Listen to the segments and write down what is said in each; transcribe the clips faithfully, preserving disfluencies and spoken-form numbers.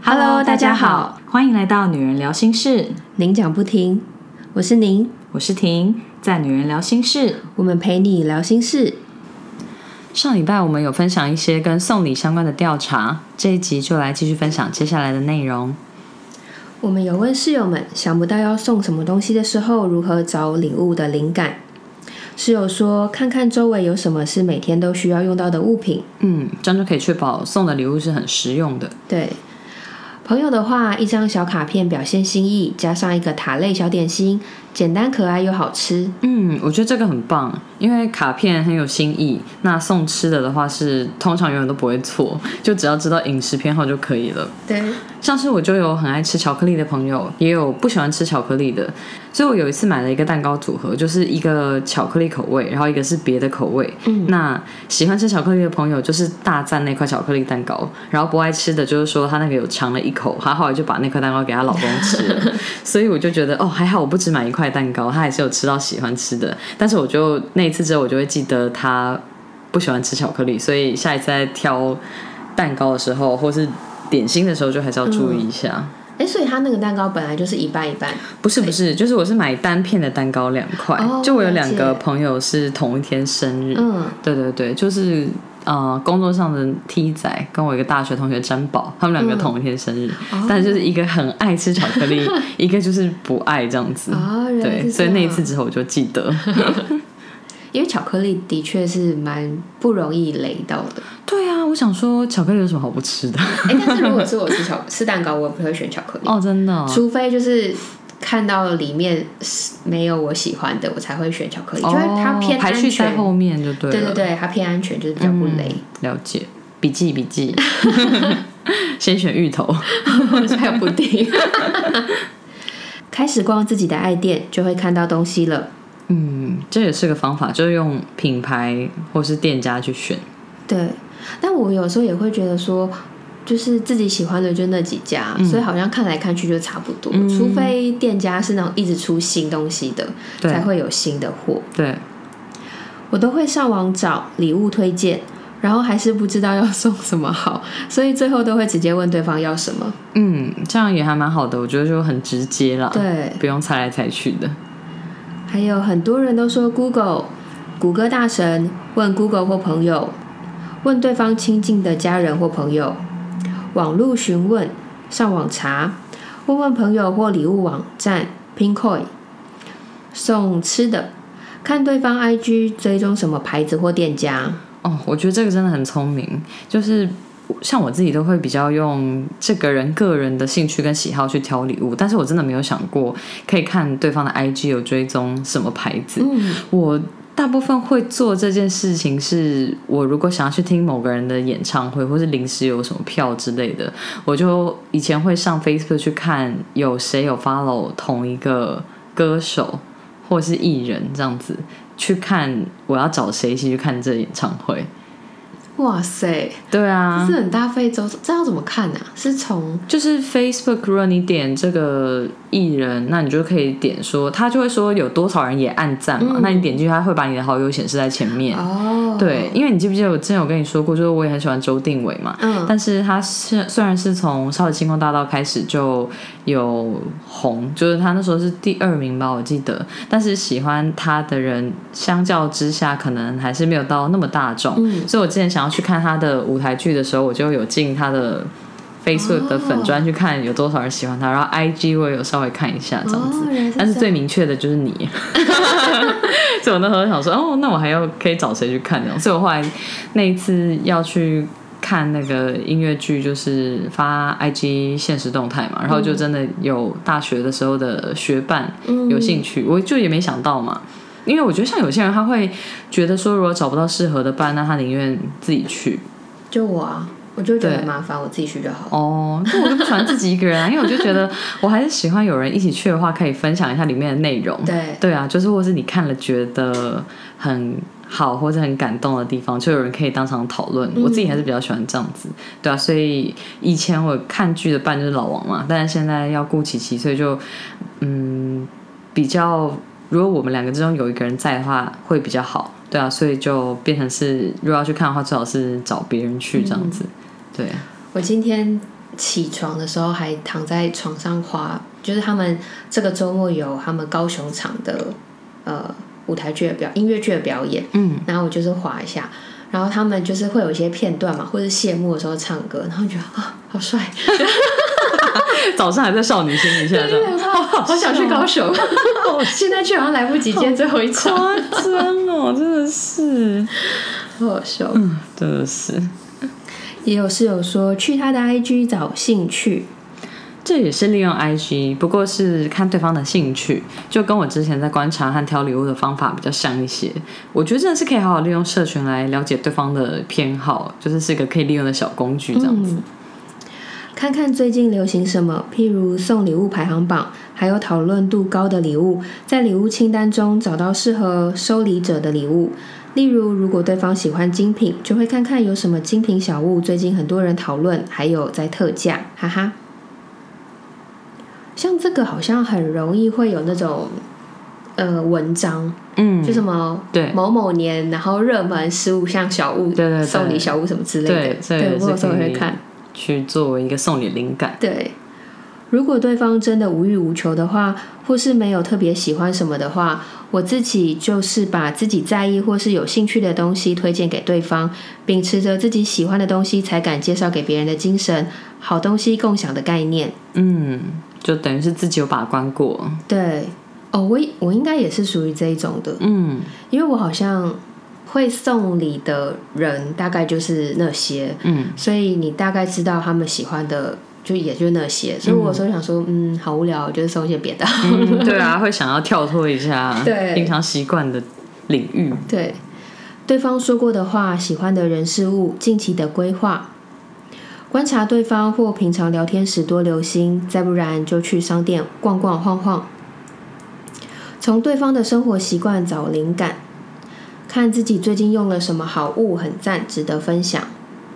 Hello， 大家好，欢迎来到女人聊心事， 您讲不停，我是您， 我是婷，在女人聊心事， 我们陪你聊心事。 上礼拜我们有分享一些跟送礼相关的调查，这一集就来继续分享接下来的内容。 我们有问室友们想不到要送什么东西的时候，如何找礼物的灵感。室友说，看看周围有什么是每天都需要用到的物品， 嗯，这样就可以确保送的礼物是很实用的。 对。朋友的话，一张小卡片表现心意，加上一个塔类小点心，简单可爱又好吃。 嗯，我觉得这个很棒，因为卡片很有新意。那送吃的的话是通常永远都不会错，就只要知道饮食偏好就可以了。 对， 像是我就有很爱吃巧克力的朋友，也有不喜欢吃巧克力的，所以我有一次买了一个蛋糕组合，就是一个巧克力口味，然后一个是别的口味。嗯，那喜欢吃巧克力的朋友就是大赞那块巧克力蛋糕，然后不爱吃的就是说他那个有尝了一口，他后来就把那块蛋糕给他老公吃了。所以我就觉得哦，还好我不只买一块蛋糕，他还是有吃到喜欢吃的。但是我就那一次之后，我就会记得他不喜欢吃巧克力，所以下一次在挑蛋糕的时候，或是点心的时候，就还是要注意一下。 哎、嗯，所以他那个蛋糕本来就是一半一半？不是不是，就是我是买单片的蛋糕两块、哦。就我有两个朋友是同一天生日，嗯，对对对，就是呃工作上的 T 仔跟我一个大学同学詹宝，他们两个同一天生日，嗯、但是就是一个很爱吃巧克力，一个就是不爱这样子。哦，对，所以那一次之后我就记得。 因为巧克力的确是蛮不容易雷到的。 对啊，我想说巧克力有什么好不吃的？ 哎，但是如果是我吃巧吃蛋糕，我也不会选巧克力哦，真的、哦。 除非就是看到里面没有我喜欢的，我才会选巧克力，哦、就是它偏安全， 排序在后面就对了。 对对对，它偏安全，就是比较不雷。 嗯、了解，笔记笔记。先选芋头， 还有布丁。开始逛自己的爱店，就会看到东西了。 嗯，这也是个方法，就是用品牌或是店家去选。 对，但我有时候也会觉得说，就是自己喜欢的就那几家、嗯、所以好像看来看去就差不多、嗯、除非店家是那种一直出新东西的，才会有新的货。 对， 我都会上网找礼物推荐，然后还是不知道要送什么好，所以最后都会直接问对方要什么。 嗯，这样也还蛮好的，我觉得就很直接啦， 对， 不用猜来猜去的。 还有很多人都说 Google 谷歌大神，问 Google 或朋友，问对方亲近的家人或朋友，网络询问，上网查，问问朋友或礼物网站 Pinkoi， 送吃的，看对方 I G 追踪什么牌子或店家。 哦，我觉得这个真的很聪明，就是像我自己都会比较用这个人个人的兴趣跟喜好去挑礼物，但是我真的没有想过可以看对方的 I G 有追踪什么牌子。嗯，我大部分会做这件事情是，我如果想要去听某个人的演唱会，或是临时有什么票之类的，我就以前会上 Facebook 去看有谁有 follow 同一个歌手或是艺人，这样子去看我要找谁一起去看这演唱会。 哇塞， 对啊， 这是很大费周，这要怎么看啊？是从就是 Facebook， 如果你点这个艺人，那你就可以点说，他就会说有多少人也按赞嘛、嗯，那你点进去，他会把你的好友显示在前面。哦，对，因为你记不记得我之前有跟你说过，就是我也很喜欢周定伟嘛，嗯，但是他是虽然是从少女星光大道开始就有红，就是他那时候是第二名吧，我记得，但是喜欢他的人相较之下，可能还是没有到那么大众，嗯，所以我之前想要去看他的舞台剧的时候，我就有进他的 Facebook 的粉专去看有多少人喜欢他，然后 I G 我也有稍微看一下这样子，哦、是但是最明确的就是你，所以我那时候想说，哦，那我还要可以找谁去看这样，所以我后来那一次要去看那个音乐剧，就是发 I G 限时动态嘛，然后就真的有大学的时候的学伴有兴趣，嗯、我就也没想到嘛。因为我觉得像有些人他会觉得说，如果找不到适合的伴，那他宁愿自己去。 就我啊，我就觉得很麻烦，我自己去就好。 哦，那我就不喜欢自己一个人啊，因为我就觉得我还是喜欢有人一起去的话，可以分享一下里面的内容。 对对啊，就是或是你看了觉得很好或者很感动的地方，就有人可以当场讨论、嗯。我自己还是比较喜欢这样子，对啊，所以以前我看剧的伴就是老王嘛，但是现在要顾琪琪，所以就嗯比较。如果我们两个之中有一个人在的话会比较好，对啊，所以就变成是如果要去看的话最好是找别人去这样子、嗯、对。 我今天起床的时候还躺在床上滑，就是他们这个周末有他们高雄场的呃舞台剧的表音乐剧的表演，嗯，然后我就是滑一下，然后他们就是会有一些片段嘛，或者谢幕的时候唱歌，然后觉得啊好帅， 早上还在少女心一下， 对对，好想去高雄，现在去好像来不及，今天最后一场， 夸张哦，真的是， 好好笑， 嗯，真的是。 也有室友说去他的 I G 找兴趣， 这也是利用 I G， 不过是看对方的兴趣，就跟我之前在观察和挑礼物的方法比较像一些。我觉得真的是可以好好利用社群来了解对方的偏好，就是是一个可以利用的小工具这样子。嗯， 看看最近流行什么，譬如送礼物排行榜，还有讨论度高的礼物，在礼物清单中找到适合收礼者的礼物。例如，如果对方喜欢精品，就会看看有什么精品小物最近很多人讨论，还有在特价，哈哈。像这个好像很容易会有那种呃文章，嗯，就什么对某某年，然后热门十五项小物，对对对，送礼小物什么之类的， 对， 对，我有时候会看， 去作为一个送礼灵感。 对，如果对方真的无欲无求的话，或是没有特别喜欢什么的话，我自己就是把自己在意或是有兴趣的东西推荐给对方，秉持着自己喜欢的东西才敢介绍给别人的精神，好东西共享的概念。 嗯，就等于是自己有把关过。 对，哦，我我应该也是属于这一种的。嗯，因为我好像会送礼的人大概就是那些，嗯，所以你大概知道他们喜欢的。就也就那些，所以我有时候想说，嗯，好无聊，就是送一些别的。 嗯，对啊，会想要跳脱一下平常习惯的领域。 对，对方说过的话、喜欢的人事物、近期的规划，观察对方或平常聊天时多留心，再不然就去商店逛逛晃晃，从对方的生活习惯找灵感，看自己最近用了什么好物，很赞，值得分享。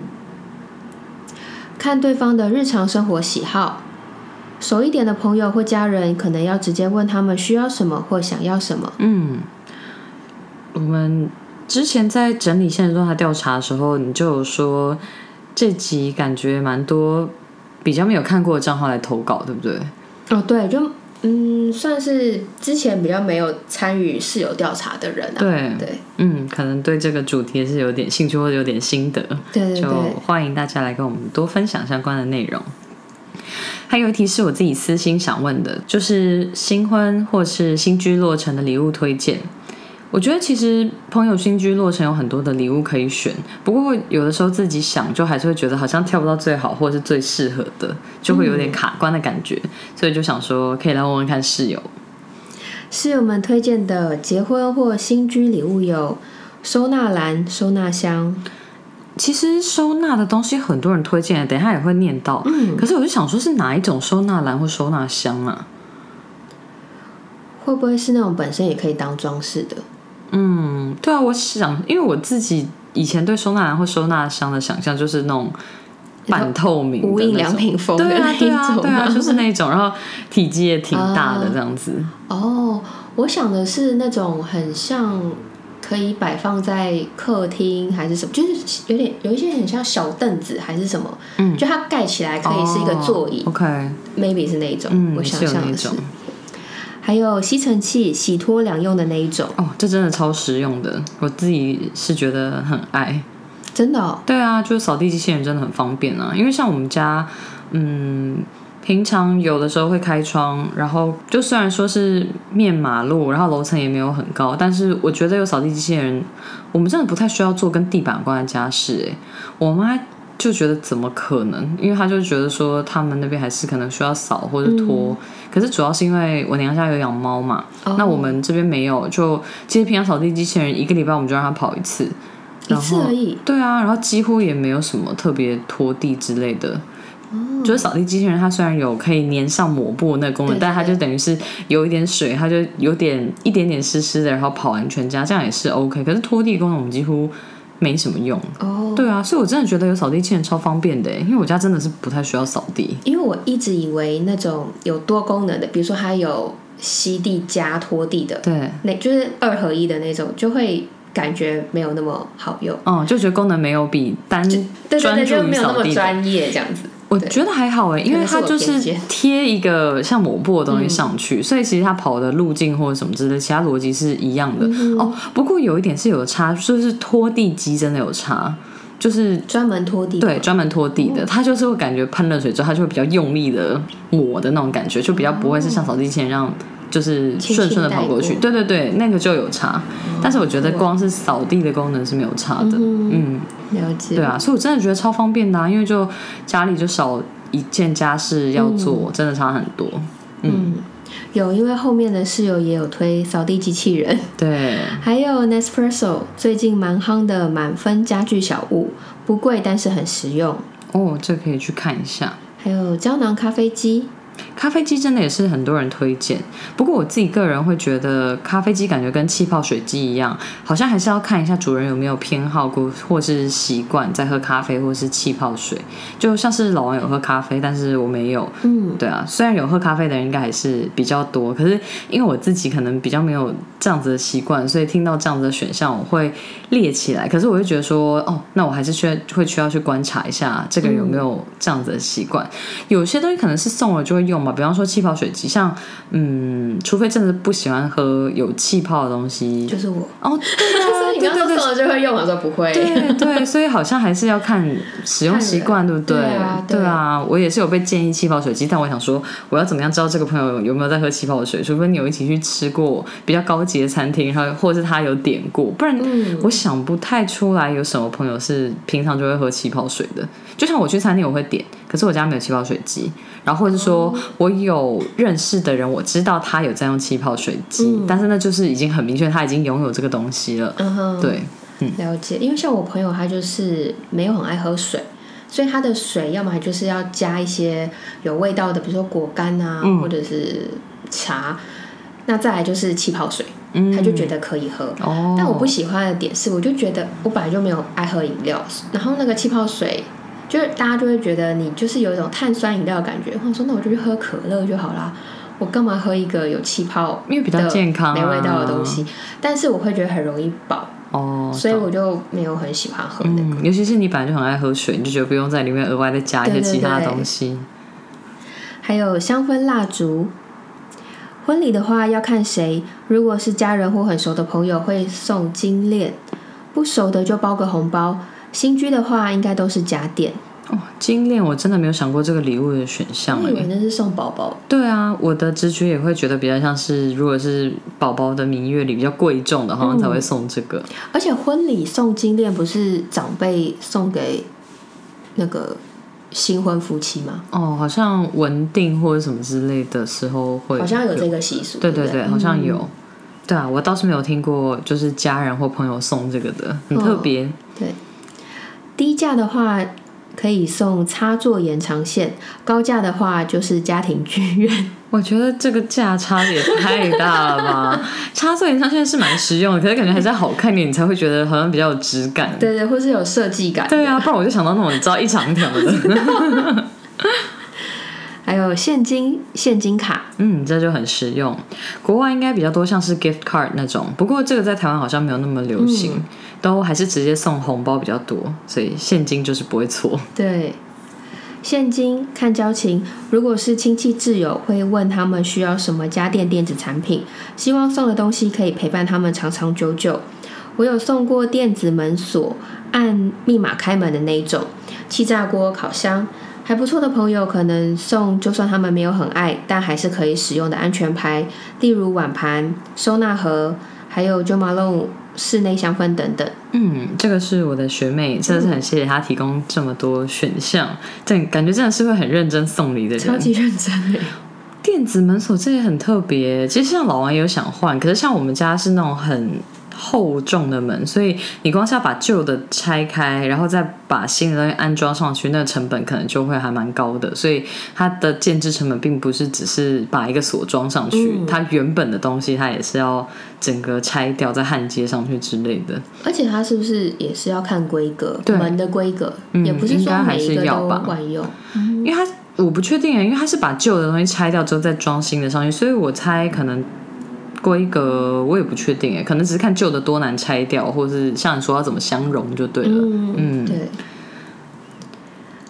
看对方的日常生活喜好，熟一点的朋友或家人可能要直接问他们需要什么或想要什么。嗯， 我们之前在整理现实动态调查的时候，你就有说这集感觉蛮多比较没有看过的账号来投稿，对不对？ 哦，对，就嗯，算是之前比较没有参与室友调查的人啊。 对对，嗯，可能对这个主题是有点兴趣或者有点心得， 对对对， 就欢迎大家来跟我们多分享相关的内容。还有一题是我自己私心想问的，就是新婚或是新居落成的礼物推荐。我觉得其实朋友新居落成有很多的礼物可以选，不过有的时候自己想就还是会觉得好像挑不到最好或是最适合的，就会有点卡关的感觉，嗯，所以就想说可以来问问看室友。 室友们推荐的结婚或新居礼物有收纳篮、收纳箱。 其实收纳的东西很多人推荐，等一下也会念到，嗯，可是我就想说是哪一种收纳篮或收纳箱啊？ 会不会是那种本身也可以当装饰的？ 嗯，对啊，我想，因为我自己以前对收纳篮或收纳箱的想象就是那种半透明的无印良品风的那一种， 对啊，对啊，对啊，就是那种，然后体积也挺大的这样子。 哦，我想的是那种很像可以摆放在客厅还是什么，就是有点有一些很像小凳子还是什么，嗯，就它盖起来可以是一个座椅， 哦，OK， maybe 是那一种，嗯，我想象的是。还有吸尘器，洗脱两用的那一种。 哦，这真的超实用的，我自己是觉得很爱。 真的哦？ 对啊，就是扫地机器人真的很方便啊，因为像我们家，嗯，平常有的时候会开窗，然后就虽然说是面马路，然后楼层也没有很高，但是我觉得有扫地机器人，我们真的不太需要做跟地板有关的家事。哎，我妈就觉得怎么可能，因为她就觉得说他们那边还是可能需要扫或者拖，嗯，可是主要是因为我娘家有养猫嘛，哦，那我们这边没有，就其实平常扫地机器人一个礼拜我们就让它跑一次， 一次而已。 对啊，然后几乎也没有什么特别拖地之类的，哦，就是扫地机器人它虽然有可以粘上抹布那个功能，但它就等于是有一点水，它就有点一点点湿湿的，然后跑完全家，这样也是 OK。可是拖地功能我们几乎没什么用。哦，对啊，所以我真的觉得有扫地机器人超方便的，因为我家真的是不太需要扫地。 因为我一直以为那种有多功能的，比如说它有吸地加拖地的， 对， 那就是二合一的那种，就会感觉没有那么好用。 嗯，就觉得功能没有比单专注于扫地的，对对对，就没有那么专业这样子。 我觉得还好哎，因为它就是贴一个像抹布的东西上去，嗯、所以其实它跑的路径或者什么之类，其他逻辑是一样的、嗯、哦。不过有一点是有差，就是拖地机真的有差，就是专门拖地， 对，专门拖地的，它就是会感觉喷了水之后，它就会比较用力的抹的那种感觉，就比较不会是像扫地机器人让。就是顺顺的跑过去，对对对，那个就有差、嗯、但是我觉得光是扫地的功能是没有差的。嗯, 嗯了解。 对啊，所以我真的觉得超方便的、啊、因为就家里就少一件家事要做、嗯、真的差很多。 嗯, 嗯有，因为后面的室友也有推扫地机器人， 对， 还有 Nespresso 最近蛮夯的满分家具小物，不贵但是很实用哦，这可以去看一下。 还有胶囊咖啡机， 咖啡机真的也是很多人推荐，不过我自己个人会觉得咖啡机感觉跟气泡水机一样，好像还是要看一下主人有没有偏好过或是习惯在喝咖啡或是气泡水。就像是老王有喝咖啡，但是我没有。嗯，对啊，虽然有喝咖啡的人应该还是比较多，可是因为我自己可能比较没有这样子的习惯，所以听到这样子的选项我会列起来。可是我会觉得说，哦，那我还是需要会需要去观察一下这个人有没有这样子的习惯、嗯。有些东西可能是送了就会用嘛，比方说气泡水机，像嗯，除非真的不喜欢喝有气泡的东西， 就是我哦，对啊， 所以你刚刚说送了就会用，我说不会， 对对，所以好像还是要看使用习惯，对不对？ 对啊， 对啊，我也是有被建议气泡水机，但我想说，我要怎么样知道这个朋友有没有在喝气泡水？除非你有一起去吃过比较高级的餐厅，然后或者是他有点过，不然我想不太出来有什么朋友是平常就会喝气泡水的。就像我去餐厅我会点，可是我家没有气泡水机，然后或者是说我有认识的人，我知道他有在用气泡水机、嗯、但是那就是已经很明确他已经拥有这个东西了。嗯哼，对、 嗯、了解。因为像我朋友他就是没有很爱喝水，所以他的水要么就是要加一些有味道的，比如说果干啊、嗯、或者是茶，那再来就是气泡水，他就觉得可以喝、哦、但我不喜欢的点是，我就觉得我本来就没有爱喝饮料，然后那个气泡水就是大家就会觉得你就是有一种碳酸饮料的感觉，我说那我就去喝可乐就好啦，我干嘛喝一个有气泡因为比较健康、啊、 没味道的东西，但是我会觉得很容易饱哦，所以我就没有很喜欢喝那个、 嗯、尤其是你本来就很爱喝水，你就觉得不用在里面额外再加一些其他的东西。对对对， 还有香氛蜡烛，婚礼的话要看谁，如果是家人或很熟的朋友会送金链，不熟的就包个红包，新居的话应该都是家电。 哦，金链我真的没有想过这个礼物的选项。 我以为那是送宝宝。 对啊，我的直觉也会觉得比较像是，如果是宝宝的蜜月礼比较贵重的，好像才会送这个、嗯、 而且婚礼送金链不是长辈送给那个新婚夫妻吗？ 哦，好像文定或者什么之类的时候会有， 好像有这个习俗。 对对 对, 对，好像有、嗯、对啊，我倒是没有听过就是家人或朋友送这个的，很特别、哦、 对，低价的话可以送插座延长线，高价的话就是家庭剧院。 我觉得这个价差也太大了吧插座延长线是蛮实用的，可是感觉还是要好看点，你才会觉得好像比较有质感。 对对，或是有设计感。 对啊，不然我就想到那种你知道一长条的还有现金现金卡， 嗯，这就很实用。国外应该比较多像是 gift card 那种，不过这个在台湾好像没有那么流行、嗯、都还是直接送红包比较多，所以现金就是不会错。 对，现金看交情，如果是亲戚挚友会问他们需要什么家电电子产品，希望送的东西可以陪伴他们长长久久。我有送过电子门锁，按密码开门的那一种，气炸锅、烤箱。还不错的朋友可能送就算他们没有很爱但还是可以使用的安全牌，例如碗盘、收纳盒，还有 Jo Malone 室内香氛等等。 嗯，这个是我的学妹，真的是很谢谢她提供这么多选项，这感觉真的是会很认真送礼的人， 超级认真耶。 电子门锁这也很特别，其实像老王也有想换，可是像我们家是那种很厚重的门，所以你光是要把旧的拆开然后再把新的东西安装上去，那个成本可能就会还蛮高的，所以它的建制成本并不是只是把一个锁装上去、嗯、它原本的东西它也是要整个拆掉再焊接上去之类的。 而且它是不是也是要看规格，门的规格、嗯、也不是说每一个都万用、 嗯、因为它我不确定，因为它是把旧的东西拆掉之后再装新的上去，所以我猜可能规格我也不确定耶，可能只是看旧的多难拆掉，或是像你说要怎么相容就对了。嗯，嗯对。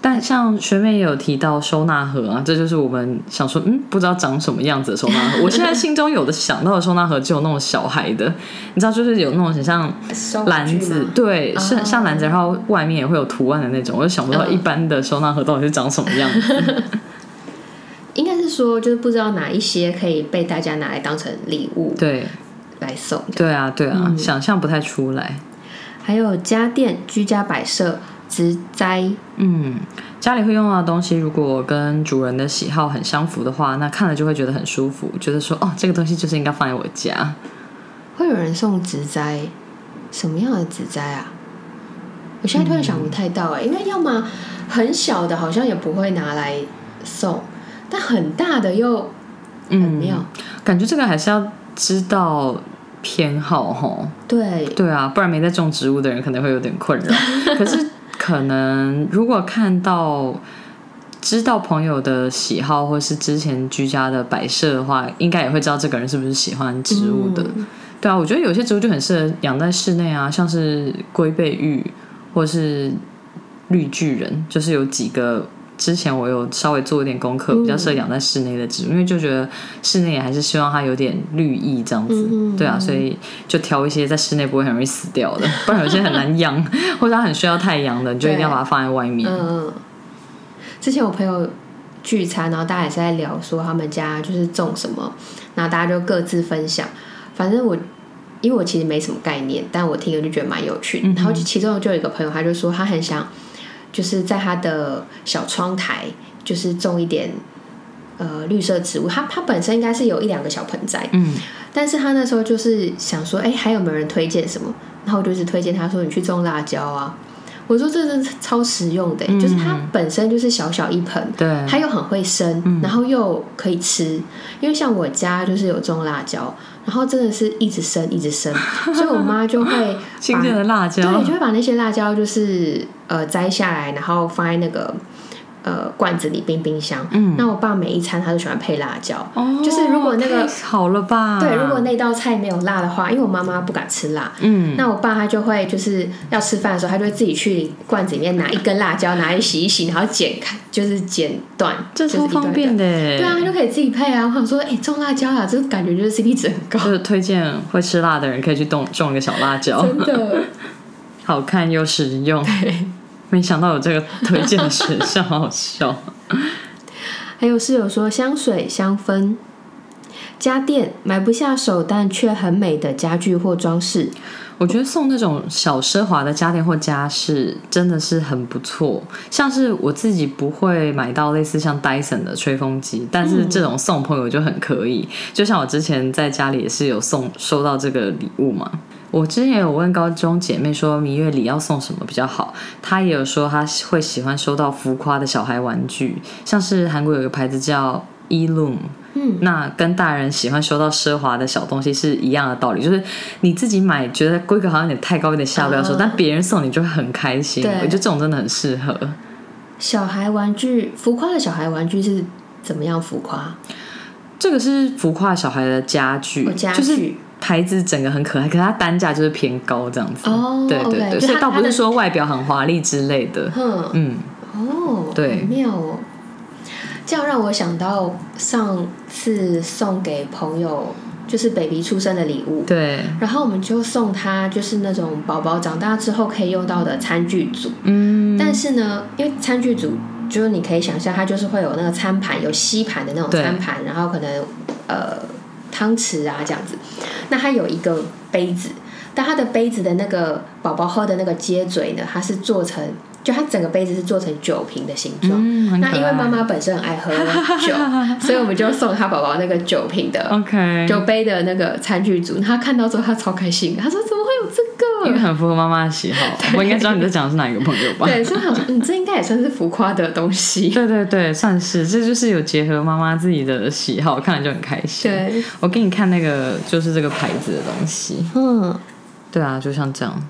但像学妹也有提到收纳盒啊，这就是我们想说，嗯，不知道长什么样子的收纳盒。我现在心中有的想到的收纳盒，只有那种小孩的，你知道，就是有那种很像篮子，对，是、哦、像篮子，然后外面也会有图案的那种。我就想不到一般的收纳盒到底是长什么样子。 应该是说，就是不知道哪一些可以被大家拿来当成礼物， 对， 来送。 对啊，对啊，嗯、想象不太出来。 还有家电、居家摆设。植栽， 嗯，家里会用到的东西，如果跟主人的喜好很相符的话，那看了就会觉得很舒服，觉得说哦，这个东西就是应该放在我家。 会有人送植栽，什么样的植栽啊？我现在突然想不太到哎、欸，因为要么很小的，好像也不会拿来送，但很大的又很妙。 嗯、感觉这个还是要知道偏好齁。 对对啊，不然没在种植物的人可能会有点困扰。可是。可能如果看到知道朋友的喜好或是之前居家的摆设的话，应该也会知道这个人是不是喜欢植物的、嗯、对啊，我觉得有些植物就很适合养在室内啊，像是龟背芋或是绿巨人，就是有几个之前我有稍微做一点功课，比较适合养在室内的植物、嗯、因为就觉得室内也还是希望它有点绿意这样子、嗯、对啊，所以就挑一些在室内不会很容易死掉的，不然有些很难养或者它很需要太阳的，你就一定要把它放在外面。嗯， 之前我朋友聚餐，然后大家也是在聊说他们家就是种什么，然后大家就各自分享，反正我因为我其实没什么概念，但我听了就觉得蛮有趣的、嗯、然后其中就有一个朋友他就说他很想就是在他的小窗台就是种一点呃绿色植物，他他本身应该是有一两个小盆栽，嗯，但是他那时候就是想说哎、欸，还有没有人推荐什么，然后我就是推荐他说你去种辣椒啊，我说这真的超实用的、欸嗯、就是它本身就是小小一盆，对，它又很会生、嗯、然后又可以吃，因为像我家就是有种辣椒，然后真的是一直生一直生所以我妈就会新鲜的辣椒， 对，就会把那些辣椒就是呃摘下来，然后放在那个呃罐子里冰冰箱、嗯、那我爸每一餐他都喜欢配辣椒、哦、就是如果那个好了吧， 对，如果那道菜没有辣的话，因为我妈妈不敢吃辣，嗯，那我爸他就会就是要吃饭的时候他就会自己去罐子里面拿一根辣椒拿去洗一洗，然后剪开就是剪断， 这超方便的、欸、 对啊，他就可以自己配啊。我想说哎、欸，种辣椒啊，这个感觉就是 C P 值很高， 就是推荐会吃辣的人可以去种种一个小辣椒， 真的好看又实用， 对， 没想到有这个推荐的选项，好好笑。 还有室友说香水、香氛、家电买不下手但却很美的家具或装饰， 我觉得送那种小奢华的家电或家饰真的是很不错。像是我自己不会买到类似像 Dyson 的吹风机，但是这种送朋友就很可以、嗯、就像我之前在家里也是有送收到这个礼物嘛。我之前有问高中姐妹说蜜月礼要送什么比较好，她也有说她会喜欢收到浮夸的小孩玩具，像是韩国有个牌子叫 E-Loom，嗯，那跟大人喜欢收到奢华的小东西是一样的道理，就是你自己买觉得规格好像有点太高，有点下不了手、uh, 但别人送你就会很开心。我觉得这种真的很适合。 小孩玩具，浮夸的小孩玩具是怎么样浮夸？ 这个是浮夸小孩的家具、哦、家具就是牌子整个很可爱，可是它单价就是偏高这样子。哦，对对对， okay, 所以倒不是说外表很华丽之类的。嗯嗯， 哦，对，很妙哦。这样让我想到上次送给朋友就是 baby 出生的礼物，对，然后我们就送他就是那种宝宝长大之后可以用到的餐具组，嗯，但是呢，因为餐具组就是你可以想象它就是会有那个餐盘，有吸盘的那种餐盘，然后可能呃汤匙啊这样子，那它有一个杯子，但它的杯子的那个宝宝喝的那个接嘴呢，它是做成就它整个杯子是做成酒瓶的形状、嗯、那因为妈妈本身很爱喝酒所以我们就送他宝宝那个酒瓶的、okay. 酒杯的那个餐具组，他看到之后他超开心，他说怎么会有这个， 因为很符合妈妈的喜好。我应该知道你在讲的是哪一个朋友吧？ 对，所以我想说嗯，这应该也算是浮夸的东西。 对对对，算是，这就是有结合妈妈自己的喜好，看了就很开心。对，我给你看那个就是这个牌子的东西。嗯，对啊，就像这样。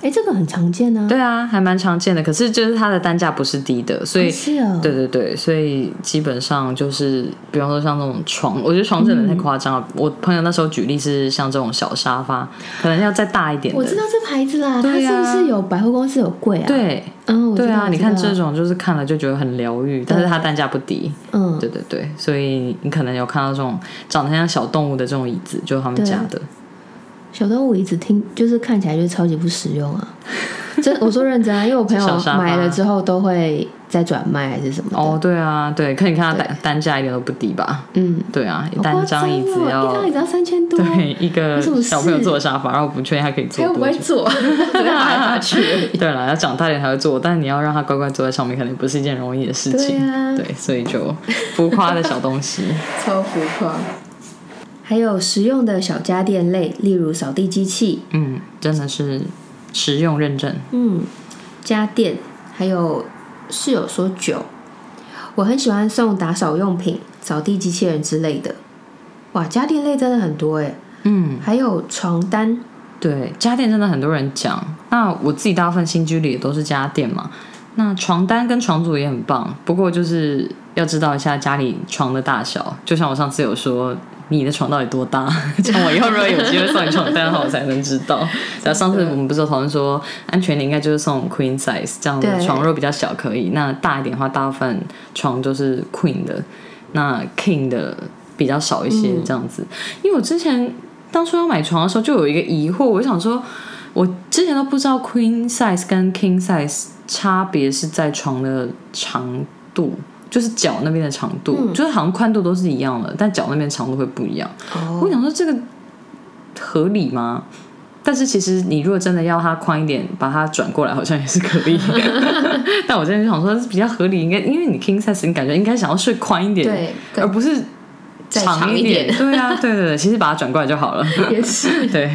哎，这个很常见啊。 对啊，还蛮常见的。可是就是它的单价不是低的，所以、 哦是哦、 对对对，所以基本上就是，比方说像那种床，我觉得床真的太夸张了、嗯。我朋友那时候举例是像这种小沙发，可能要再大一点的。 我知道这牌子啦，啊、它是不是有百货公司有柜啊？ 对， 嗯， 对啊，你看这种就是看了就觉得很疗愈，但是它单价不低。嗯，对对对，所以你可能有看到这种长得像小动物的这种椅子，就是他们家的。 小动物椅子听就是看起来就是超级不实用啊！真我说认真啊，因为我朋友买了之后都会再转卖还是什么的。 哦，对啊，对，可以看到单单价一点都不低吧？嗯，对啊，单张椅子要一张椅子要三千多， 对，一个小朋友坐的沙发，然后不确定他可以坐多久， 他又不会坐，只会爬来爬去。 对了，要长大点才会坐，但你要让他乖乖坐在上面，可能不是一件容易的事情。 对啊， 对，所以就浮夸的小东西， 超浮夸。还有实用的小家电类，例如扫地机器， 嗯，真的是实用认证。 嗯，家电还有室友说酒，我很喜欢送打扫用品、扫地机器人之类的。哇，家电类真的很多哎。嗯，还有床单。 对，家电真的很多人讲。那我自己大部分新居里也都是家电嘛。那床单跟床组也很棒，不过就是要知道一下家里床的大小。就像我上次有说，你的床到底多大？这样我以后如果有机会送你床单的话，我才能知道。然后上次我们不是有讨论说，安全的应该就是送 queen size 这样的床，如果比较小可以。那大一点的话，大部分床就是 queen 的，那 king 的比较少一些这样子。嗯、因为我之前当初要买床的时候，就有一个疑惑，我就想说，我之前都不知道 queen size 跟 king size 差别是在床的长度。就是脚那边的长度、嗯、就是好像宽度都是一样的，但脚那边长度会不一样、哦、我想说这个合理吗？但是其实你如果真的要它宽一点，把它转过来好像也是可以但我真的想说比较合理，应该因为你 king size 你感觉应该想要睡宽一点， 对， 而不是长一点，对啊，对对对，其实把它转过来就好了也是对。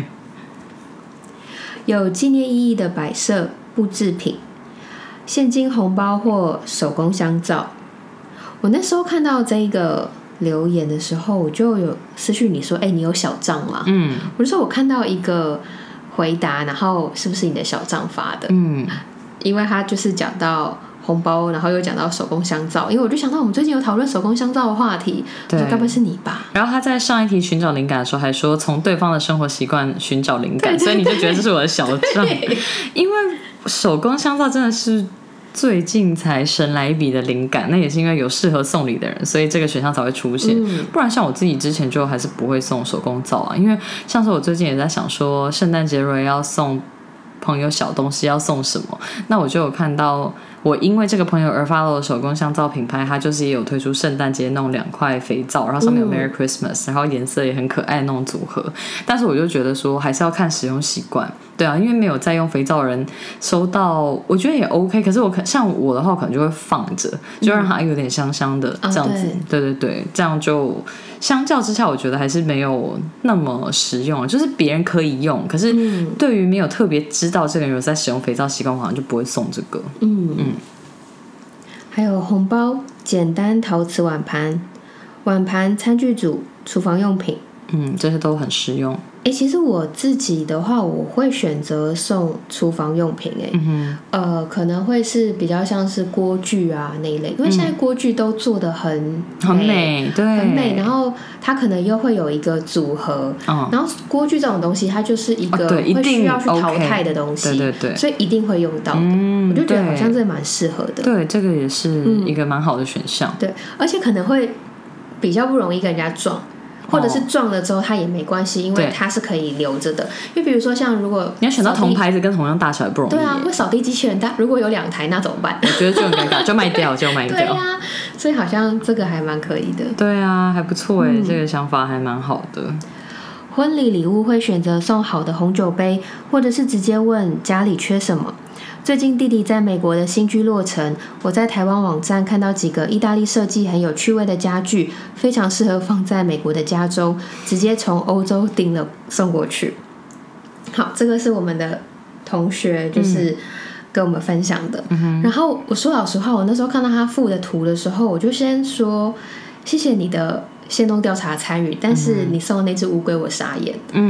有纪念意义的摆设布制品，现金红包或手工香皂。我那时候看到这个留言的时候，我就有私讯你说：“哎、欸，你有小账吗？”嗯，我就说我看到一个回答，然后是不是你的小账发的？嗯，因为他就是讲到红包，然后又讲到手工香皂，因为我就想到我们最近有讨论手工香皂的话题，我说该不会是你吧？ 然后他在上一题寻找灵感的时候还说从对方的生活习惯寻找灵感，所以你就觉得这是我的小账，因为手工香皂真的是。最近才神来一笔的灵感，那也是因为有适合送礼的人，所以这个选项才会出现、嗯、不然像我自己之前就还是不会送手工皂啊，因为像是我最近也在想说圣诞节如果要送朋友小东西要送什么，那我就有看到我因为这个朋友而 follow 的手工香皂品牌，它就是也有推出圣诞节那种两块肥皂，然后上面有 Merry Christmas、嗯、然后颜色也很可爱那种组合，但是我就觉得说还是要看使用习惯，对啊，因为没有在用肥皂的人收到我觉得也 OK， 可是我像我的话可能就会放着，就让它有点香香的这样子、嗯、对, 对对对，这样就相较之下我觉得还是没有那么实用，就是别人可以用，可是对于没有特别知道这个人有在使用肥皂习惯，我好像就不会送这个。嗯嗯， 还有红包、简单陶瓷碗盘、碗盘、餐具组、厨房用品， 嗯，这些都很实用。 欸，其实我自己的话，我会选择送厨房用品、欸，哎、嗯，呃，可能会是比较像是锅具啊那一类，因为现在锅具都做得很美很美，对， 很美，然后它可能又会有一个组合，嗯、然后锅具这种东西，它就是一个会需要去淘汰的东西， 哦、对对对， 所以一定会用到的，嗯、我就觉得好像这蛮适合的， 对，这个也是一个蛮好的选项、 嗯，对，而且可能会比较不容易跟人家撞。或者是撞了之后它也没关系，因为它是可以留着的。因为比如说像如果你要选到同牌子跟同样大小也不容易。 对啊，会扫地机器人它如果有两台那怎么办？ 我觉得就很尴尬，就卖掉就卖掉。 对啊，所以好像这个还蛮可以的。 对啊，还不错哎、嗯，这个想法还蛮好的。 婚礼礼物会选择送好的红酒杯，或者是直接问家里缺什么。最近弟弟在美国的新居落成，我在台湾网站看到几个意大利设计很有趣味的家具，非常适合放在美国的加州，直接从欧洲订了送过去。好，这个是我们的同学就是跟我们分享的、嗯、然后我说老实话，我那时候看到他附的图的时候，我就先说谢谢你的限动调查参与，但是你送的那只乌龟我傻眼，嗯，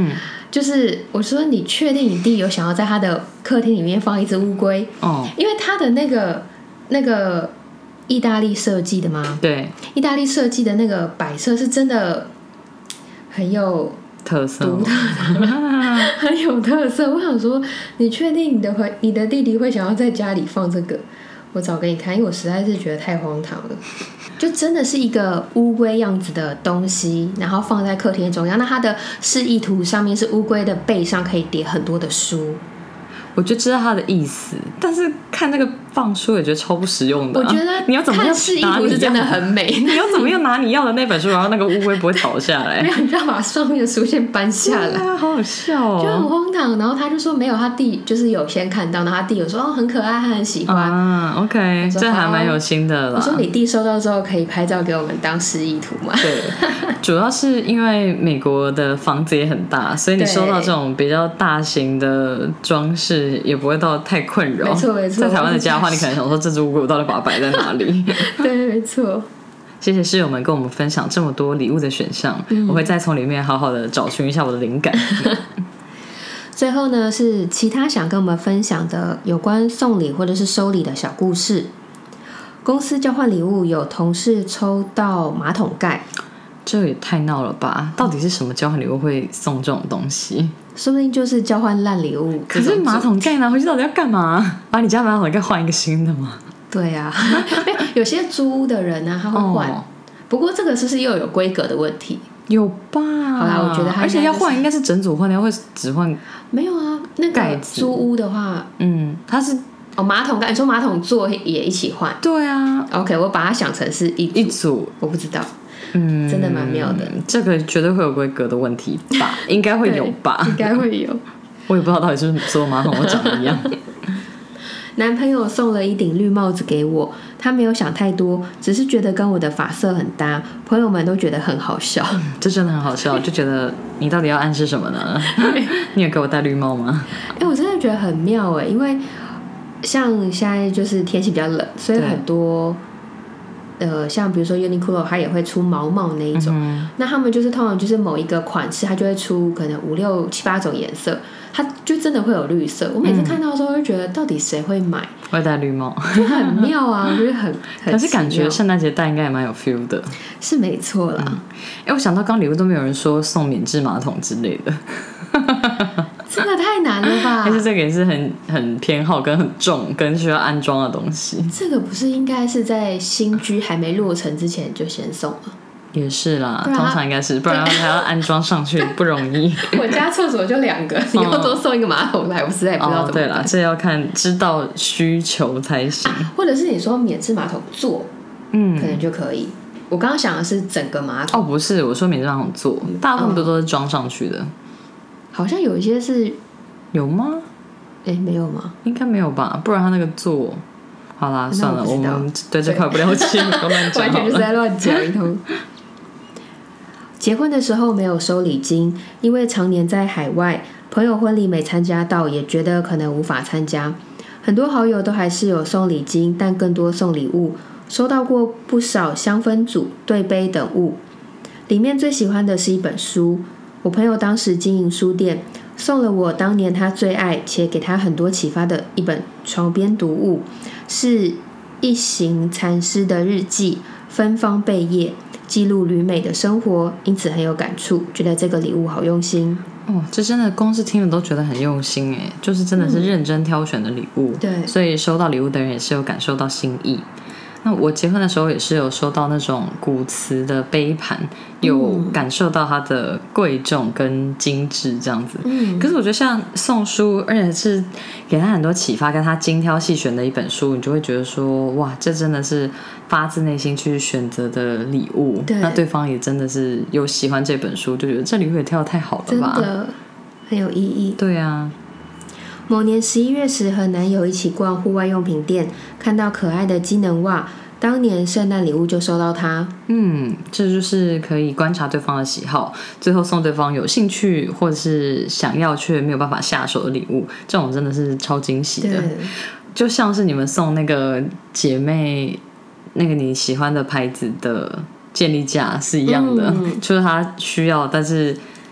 就是我说你确定你弟有想要在他的客厅里面放一只乌龟？哦，因为他的那个那个意大利设计的吗？ 对， 意大利设计的那个摆设是真的很有特色， 独特的，很有特色。我想说，你确定你的你的弟弟会想要在家里放这个？我找给你看，因为我实在是觉得太荒唐了。就真的是一个乌龟样子的东西，然后放在客厅中央。那它的示意图上面是乌龟的背上可以叠很多的书。 我就知道他的意思，但是看那个放书也觉得超不实用的、啊。 我觉得你要怎么样看示意图是真的很美， 你要怎么样拿你要的那本书，然后那个乌龟不会倒下来？ 没有，你就要把上面的书先搬下来， 啊，好好笑哦， 就很荒唐。然后他就说没有，他弟就是有先看到，然后他弟有说哦很可爱，他很喜欢。 啊 ，OK， 这还蛮有心的啦。 我说你弟收到之后可以拍照给我们当示意图吗？ 对，主要是因为美国的房子也很大，所以你收到这种比较大型的装饰也不会到太困扰。 没错没错， 在台湾的家的话，你可能想说这只乌龟我到底把它摆在哪里？ 对，没错。 谢谢室友们跟我们分享这么多礼物的选项，嗯、我会再从里面好好的找寻一下我的灵感。 最后呢，是其他想跟我们分享的有关送礼或者是收礼的小故事。公司交换礼物，有同事抽到马桶盖， 这也太闹了吧！到底是什么交换礼物会送这种东西？ 说不定就是交换烂礼物。 可是马桶盖拿回去到底要干嘛？把你家马桶盖换一个新的吗？ 对啊，有些租屋的人呢、啊，他会换、哦。不过这个是不是又有规格的问题？ 有吧？ 好啦，我觉得他、就是、 而且要换应该是整组换，要会只换没有啊？那个租屋的话， 嗯，它是哦马桶盖，你说马桶座也一起换？ 对啊。 OK， 我把它想成是一组， 一组我不知道。嗯，真的蛮妙的。 这个绝对会有规格的问题吧？应该会有吧？ 应该会有。 我也不知道到底是不是所有马桶都长得一样。 男朋友送了一顶绿帽子给我，他没有想太多，只是觉得跟我的发色很搭，朋友们都觉得很好笑。 嗯、这真的很好笑，就觉得你到底要暗示什么呢？你有给我戴绿帽吗？ 哎、欸，我真的觉得很妙哎，因为像现在就是天气比较冷，所以很多呃，像比如说 Uniqlo 它也会出毛帽那一种、嗯、那他们就是通常就是某一个款式它就会出可能五六七八种颜色，它就真的会有绿色。我每次看到的时候就觉得到底谁会买会戴绿帽， 就很妙啊。我觉得很很可是感觉圣诞节戴应该也蛮有 feel 的， 是没错啦。 嗯欸、我想到刚礼物都没有人说送免治马桶之类的这个太难了吧？ 还是这个也是很很偏好跟很重跟需要安装的东西？ 这个不是应该是在新居还没落成之前就先送了？ 也是啦，通常应该是，不然还要安装上去不容易。 我家厕所就两个，你要多送一个马桶来，我实在也不知道怎么办。哦、 对啦，这要看知道需求才行、 啊。或者是你说免治马桶座，嗯，可能就可以。我刚刚想的是整个马桶。 哦，不是，我说免治马桶座，大部分都都是装上去的。 好像有一些是有吗？ 哎，没有吗？ 应该没有吧，不然他那个座，好啦，算了，我们对这块不了解，乱讲， 完全就是在乱讲一通。结婚的时候没有收礼金，因为常年在海外，朋友婚礼没参加到，也觉得可能无法参加。很多好友都还是有送礼金，但更多送礼物，收到过不少香氛组、对杯等物。里面最喜欢的是一本书。我朋友当时经营书店，送了我当年他最爱且给他很多启发的一本床边读物，是一行禅师的日记，芬芳贝叶，记录旅美的生活，因此很有感触，觉得这个礼物好用心。 哦，这真的光是听了都觉得很用心耶，就是真的是认真挑选的礼物、嗯、对，所以收到礼物的人也是有感受到心意。那我结婚的时候也是有收到那种古瓷的杯盘，有感受到它的贵重跟精致这样子、嗯、可是我觉得像送书，而且是给他很多启发跟他精挑细选的一本书，你就会觉得说哇，这真的是发自内心去选择的礼物，对，那对方也真的是有喜欢这本书，就觉得这礼物也挑得太好了吧， 真的很有意义。 对啊， 某年十一月时和男友一起逛户外用品店，看到可爱的机能袜，当年圣诞礼物就收到它。 嗯，这就是可以观察对方的喜好，最后送对方有兴趣或者是想要却没有办法下手的礼物，这种真的是超惊喜的。就像是你们送那个姐妹那个你喜欢的牌子的健力架是一样的、嗯、就是她需要但是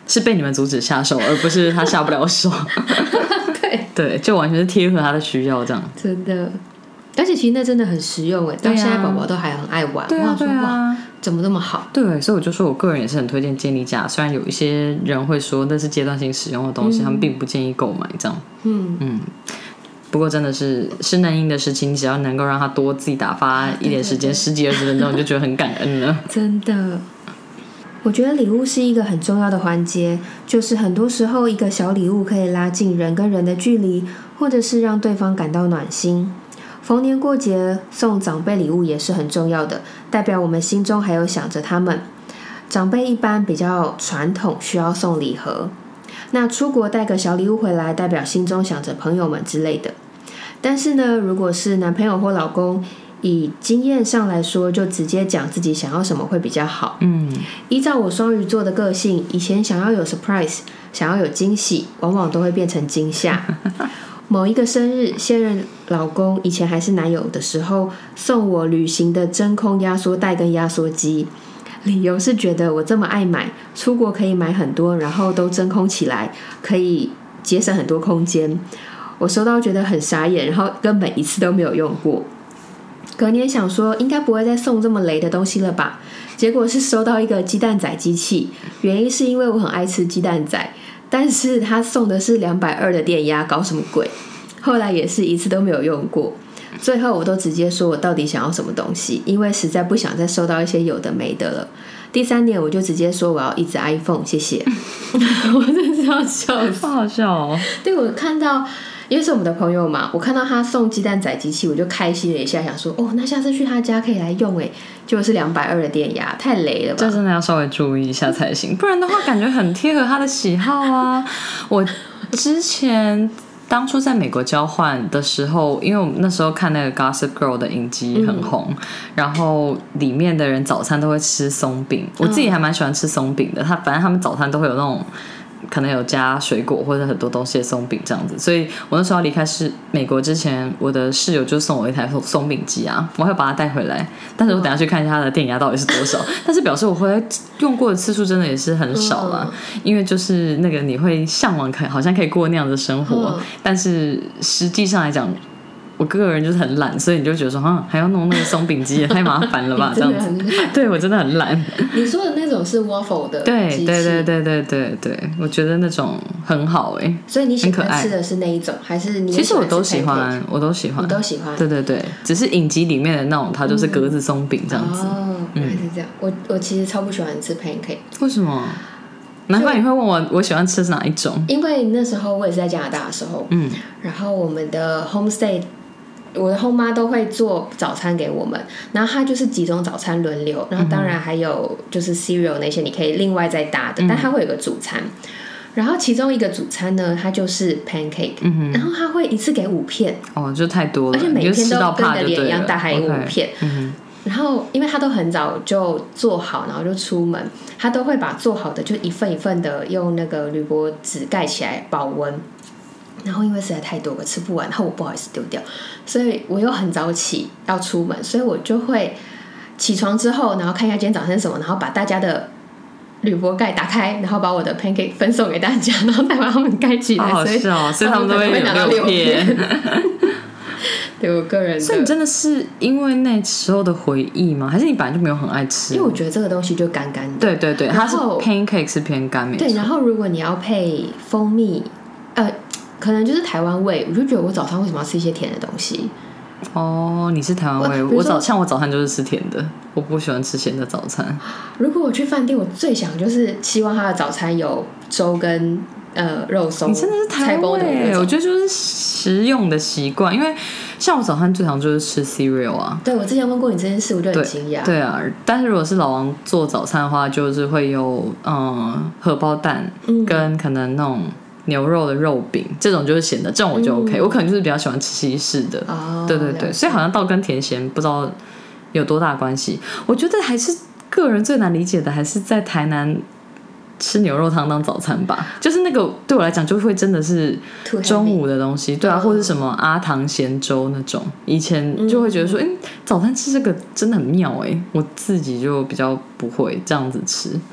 是被你们阻止下手，而不是他下不了手。 对对，就完全是贴合他的需要这样。 真的，而且其实那真的很实用哎，到现在宝宝都还很爱玩。 对啊，对啊， 哇，怎么那么好？ 对，所以我就说我个人也是很推荐健力架，虽然有一些人会说那是阶段性使用的东西，嗯、他们并不建议购买这样。嗯嗯。不过真的是是嫩婴的事情，你只要能够让他多自己打发一点时间，十几二十分钟，你就觉得很感恩了。 真的，我觉得礼物是一个很重要的环节，就是很多时候一个小礼物可以拉近人跟人的距离，或者是让对方感到暖心。逢年过节送长辈礼物也是很重要的，代表我们心中还有想着他们。长辈一般比较传统，需要送礼盒。那出国带个小礼物回来，代表心中想着朋友们之类的。但是呢，如果是男朋友或老公，以经验上来说，就直接讲自己想要什么会比较好。嗯，依照我双鱼座的个性，以前想要有 surprise， 想要有惊喜，往往都会变成惊吓。某一个生日，现任老公以前还是男友的时候，送我旅行的真空压缩袋跟压缩机。理由是觉得我这么爱买，出国可以买很多，然后都真空起来，可以节省很多空间。我收到觉得很傻眼，然后根本一次都没有用过。隔年想说应该不会再送这么雷的东西了吧，结果是收到一个鸡蛋仔机器，原因是因为我很爱吃鸡蛋仔，但是他送的是两百二的电压，搞什么鬼？后来也是一次都没有用过。最后我都直接说我到底想要什么东西，因为实在不想再收到一些有的没的了。第三年我就直接说我要一只 iPhone， 谢谢。我真的是要笑死， 好好笑哦。 对，我看到因为是我们的朋友嘛，我看到他送鸡蛋仔机器，我就开心了一下，想说哦，那下次去他家可以来用耶，结果是两百二的电压，太雷了吧？ 这真的要稍微注意一下才行，不然的话感觉很贴合他的喜好啊。我之前当初在美国交换的时候，因为我们那时候看那个 Gossip Girl 的影集很红、嗯、然后里面的人早餐都会吃松饼，我自己还蛮喜欢吃松饼的，他反正他们早餐都会有那种可能有加水果或者很多东西的松饼这样子，所以我那时候要离开是美国之前，我的室友就送我一台松饼机啊，我会把它带回来，但是我等一下去看一下它的电压到底是多少，但是表示我回来用过的次数真的也是很少啦，因为就是那个你会向往好像可以过那样的生活，但是实际上来讲我个人就是很懒，所以你就觉得说啊，还要弄那个松饼机也太麻烦了吧这样子。对，我真的很懒。 你说的那种是 waffle 的机器？ 对对对对对对对，我觉得那种很好哎、欸。 所以你喜欢吃的是那一种，还是你？ 其实我都喜欢，我都喜欢， 我都喜欢。 对对对，只是影集里面的那种，它就是格子松饼这样子。 哦，原来是这样。我我其实超不喜欢吃 pancake。 为什么？难怪你会问我我喜欢吃哪一种？ 因为那时候我也是在加拿大的时候，嗯，然后我们的 homestay。我的后妈都会做早餐给我们，然后它就是几种早餐轮流，然后当然还有就是 cereal 那些你可以另外再搭的，但它会有个主餐，然后其中一个主餐呢，它就是 pancake，、嗯、然后它会一次给五片， 哦，就太多了， 而且每天都跟你的脸一样大，还有五片。 Okay, 嗯、 然后因为它都很早就做好，然后就出门，它都会把做好的就一份一份的用那个铝箔纸盖起来保温。然后因为实在太多了吃不完，然后我不好意思丢掉，所以我又很早起要出门，所以我就会起床之后，然后看一下今天早餐是什么，然后把大家的铝箔盖打开，然后把我的 pancake 分送给大家，然后再把它们盖起来。 好好笑，所以他们都会有六片。 对我个人的， 所以你真的是因为那时候的回忆吗？还是你本来就没有很爱吃？ 因为我觉得这个东西就干干的。 对对对，它是 pancake 是偏干没错。 对，然后如果你要配蜂蜜，呃。可能就是台湾味，我就觉得我早上为什么要吃一些甜的东西？ 哦，你是台湾味，我早像我早餐就是吃甜的，我不喜欢吃咸的早餐。 如果我去饭店，我最想就是希望他的早餐有粥跟呃肉松。 你真的是台湾味，我觉得就是食用的习惯，因为像我早餐最常就是吃 cereal 啊。 对，我之前问过你这件事，我就很惊讶。 对啊，但是如果是老王做早餐的话，就是会有嗯荷包蛋跟可能那种。牛肉的肉饼这种就是咸的，这种我就 OK、嗯、我可能就是比较喜欢吃西式的、哦、对对对，所以好像到跟甜咸不知道有多大关系。我觉得还是个人最难理解的还是在台南吃牛肉汤当早餐吧，就是那个对我来讲就会真的是中午的东西，对啊，或者什么阿唐咸粥那种，以前就会觉得说哎、嗯欸，早餐吃这个真的很妙哎、欸，我自己就比较不会这样子吃。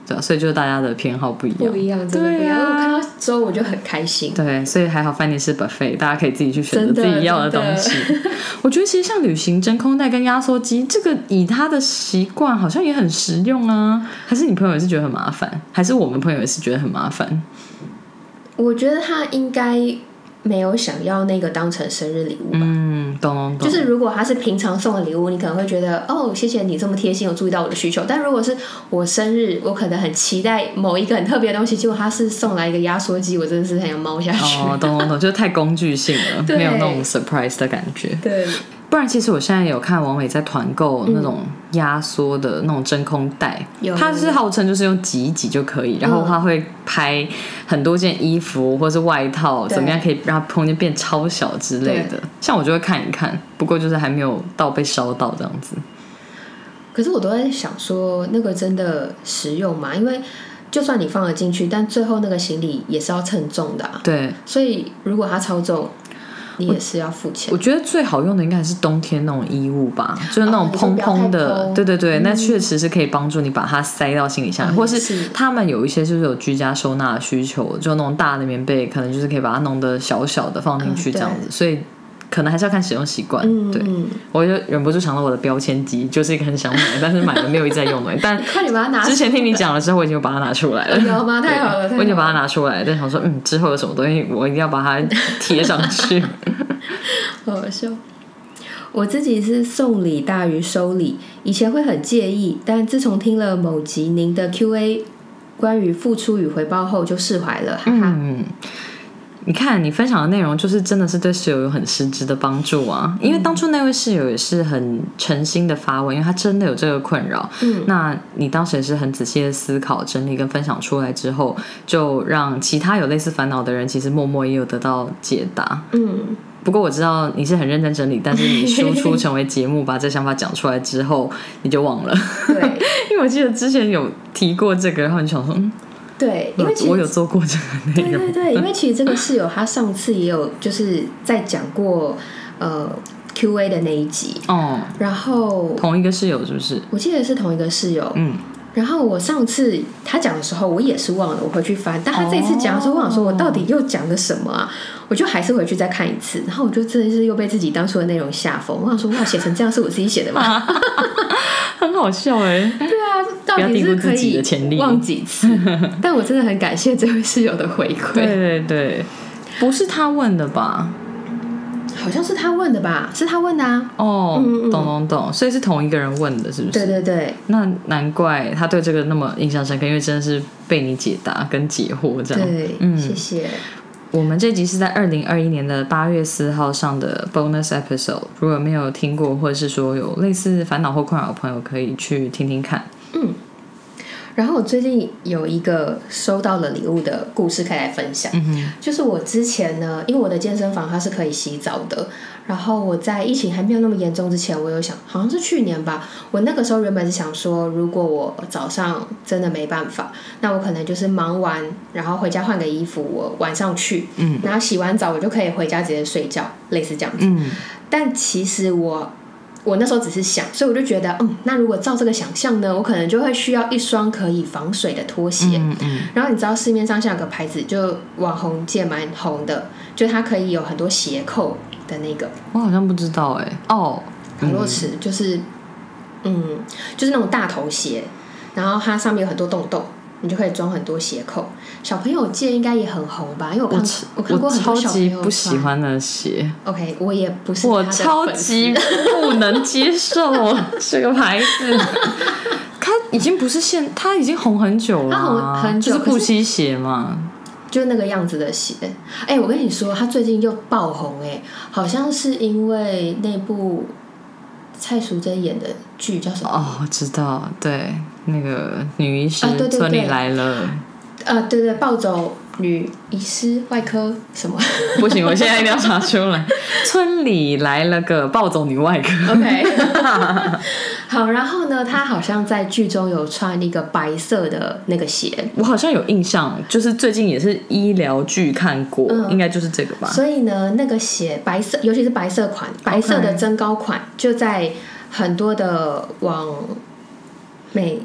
对啊，所以就是大家的偏好不一样， 不一样，真的不一样。啊、我看到之后我就很开心。 对，所以还好饭店是 buffet， 大家可以自己去选择自己要的东西。我觉得其实像旅行真空袋跟压缩机，这个以他的习惯好像也很实用啊。还是你朋友也是觉得很麻烦？还是我们朋友也是觉得很麻烦？ 我觉得他应该没有想要那个当成生日礼物吧。 嗯，懂懂懂。 就是如果他是平常送的礼物，你可能会觉得哦，谢谢你这么贴心，有注意到我的需求。但如果是我生日，我可能很期待某一个很特别的东西，结果他是送来一个压缩机，我真的是很想猫下去。 哦，懂懂懂，就是太工具性了，没有那种 surprise 的感觉。 对。 不然其实我现在有看网美在团购那种压缩的那种真空袋，嗯、它是号称就是用挤一挤就可以，然后它会拍很多件衣服或是外套，怎么样可以让它空间变超小之类的。像我就会看一看，不过就是还没有到被烧到这样子。 可是我都在想说，那个真的实用吗？因为就算你放了进去，但最后那个行李也是要称重的、啊。 对， 所以如果它超重，你也是要付钱。 我觉得最好用的应该是冬天那种衣物吧，就是那种蓬蓬的、哦、对对对、嗯、那确实是可以帮助你把它塞到行李箱、嗯、或是他们有一些就是有居家收纳的需求，就那种大的棉被可能就是可以把它弄得小小的放进去这样子、嗯、所以可能还是要看使用习惯、嗯、对，我就忍不住想到我的标签机，就是一个很想买但是买了没有一直在用的但快点把它拿出来， 之前听你讲了之后我已经把它拿出来了。 有吗？太好了， 我已经把它拿出来了，但想说嗯，之后有什么东西我一定要把它贴上去。 好好笑。我自己是送礼大于收礼，以前会很介意，但自从听了某集您的 Q A 关于付出与回报后就释怀了，哈哈。嗯， 你看你分享的内容就是真的是对室友有很实质的帮助啊，因为当初那位室友也是很诚心的发问，因为他真的有这个困扰、嗯、那你当时也是很仔细的思考整理跟分享出来之后，就让其他有类似烦恼的人其实默默也有得到解答。嗯，不过我知道你是很认真整理，但是你输出成为节目把这想法讲出来之后你就忘了。对，因为我记得之前有提过这个，然后你想说嗯对，因为其实我有做过这个内容。 对对对，因为其实这个室友他上次也有就是在讲过呃 Q A 的那一集哦，然后同一个室友是不是？ 我记得是同一个室友，嗯。然后我上次他讲的时候我也是忘了，我回去翻，但他这一次讲的时候我想说我到底又讲了什么啊，我就还是回去再看一次，然后我就真的是又被自己当初的内容吓疯，我想说哇，写成这样是我自己写的吗？ 很好笑哎、欸。 对啊，到底是可以忘几次？但我真的很感谢这位室友的回馈。 对对对，不是他问的吧？ 好像是他问的吧，是他问的啊。 哦，嗯嗯懂懂懂，所以是同一个人问的，是不是？ 对对对。 那难怪他对这个那么印象深刻，因为真的是被你解答跟解惑这样。 对，嗯，谢谢。 我们这集是在二零二一年的八月四号上的 bonus episode， 如果没有听过或者是说有类似烦恼或困扰的朋友，可以去听听看。嗯。 然后我最近有一个收到了礼物的故事可以来分享、嗯、就是我之前呢，因为我的健身房它是可以洗澡的，然后我在疫情还没有那么严重之前，我有想好像是去年吧，我那个时候原本是想说如果我早上真的没办法，那我可能就是忙完然后回家换个衣服，我晚上去、嗯、然后洗完澡我就可以回家直接睡觉，类似这样子、嗯、但其实我我那时候只是想，所以我就觉得嗯，那如果照这个想象呢，我可能就会需要一双可以防水的拖鞋、嗯嗯、然后你知道市面上像有个牌子就网红界蛮红的，就它可以有很多鞋扣的那个， 我好像不知道哎、欸、哦， 卡洛驰就是嗯，就是那种大头鞋，然后它上面有很多洞洞，你就可以装很多鞋扣，小朋友界应该也很红吧，因为我看 我, 我看过很多小朋友穿。 我超级不喜欢的鞋 OK 我也不是他的粉丝， 我超级不能接受这个牌子。它已经不是现，它已经红很久了、啊、它红很久，就是布希鞋嘛， 就是那个样子的鞋。哎、欸，我跟你说它最近又爆红，哎、欸，好像是因为那部蔡淑臻演的剧叫什么？ 哦，我知道，对，那个女医师、啊、对对对村里来了， 呃，对对，暴走女医师外科什么？ 不行，我现在一定要查出来。村里来了个暴走女外科。 OK 。好，然后呢，她好像在剧中有穿一个白色的那个鞋， 我好像有印象，就是最近也是医疗剧看过、嗯，应该就是这个吧。 所以呢，那个鞋白色，尤其是白色款，白色的增高款， okay. 就在很多的网美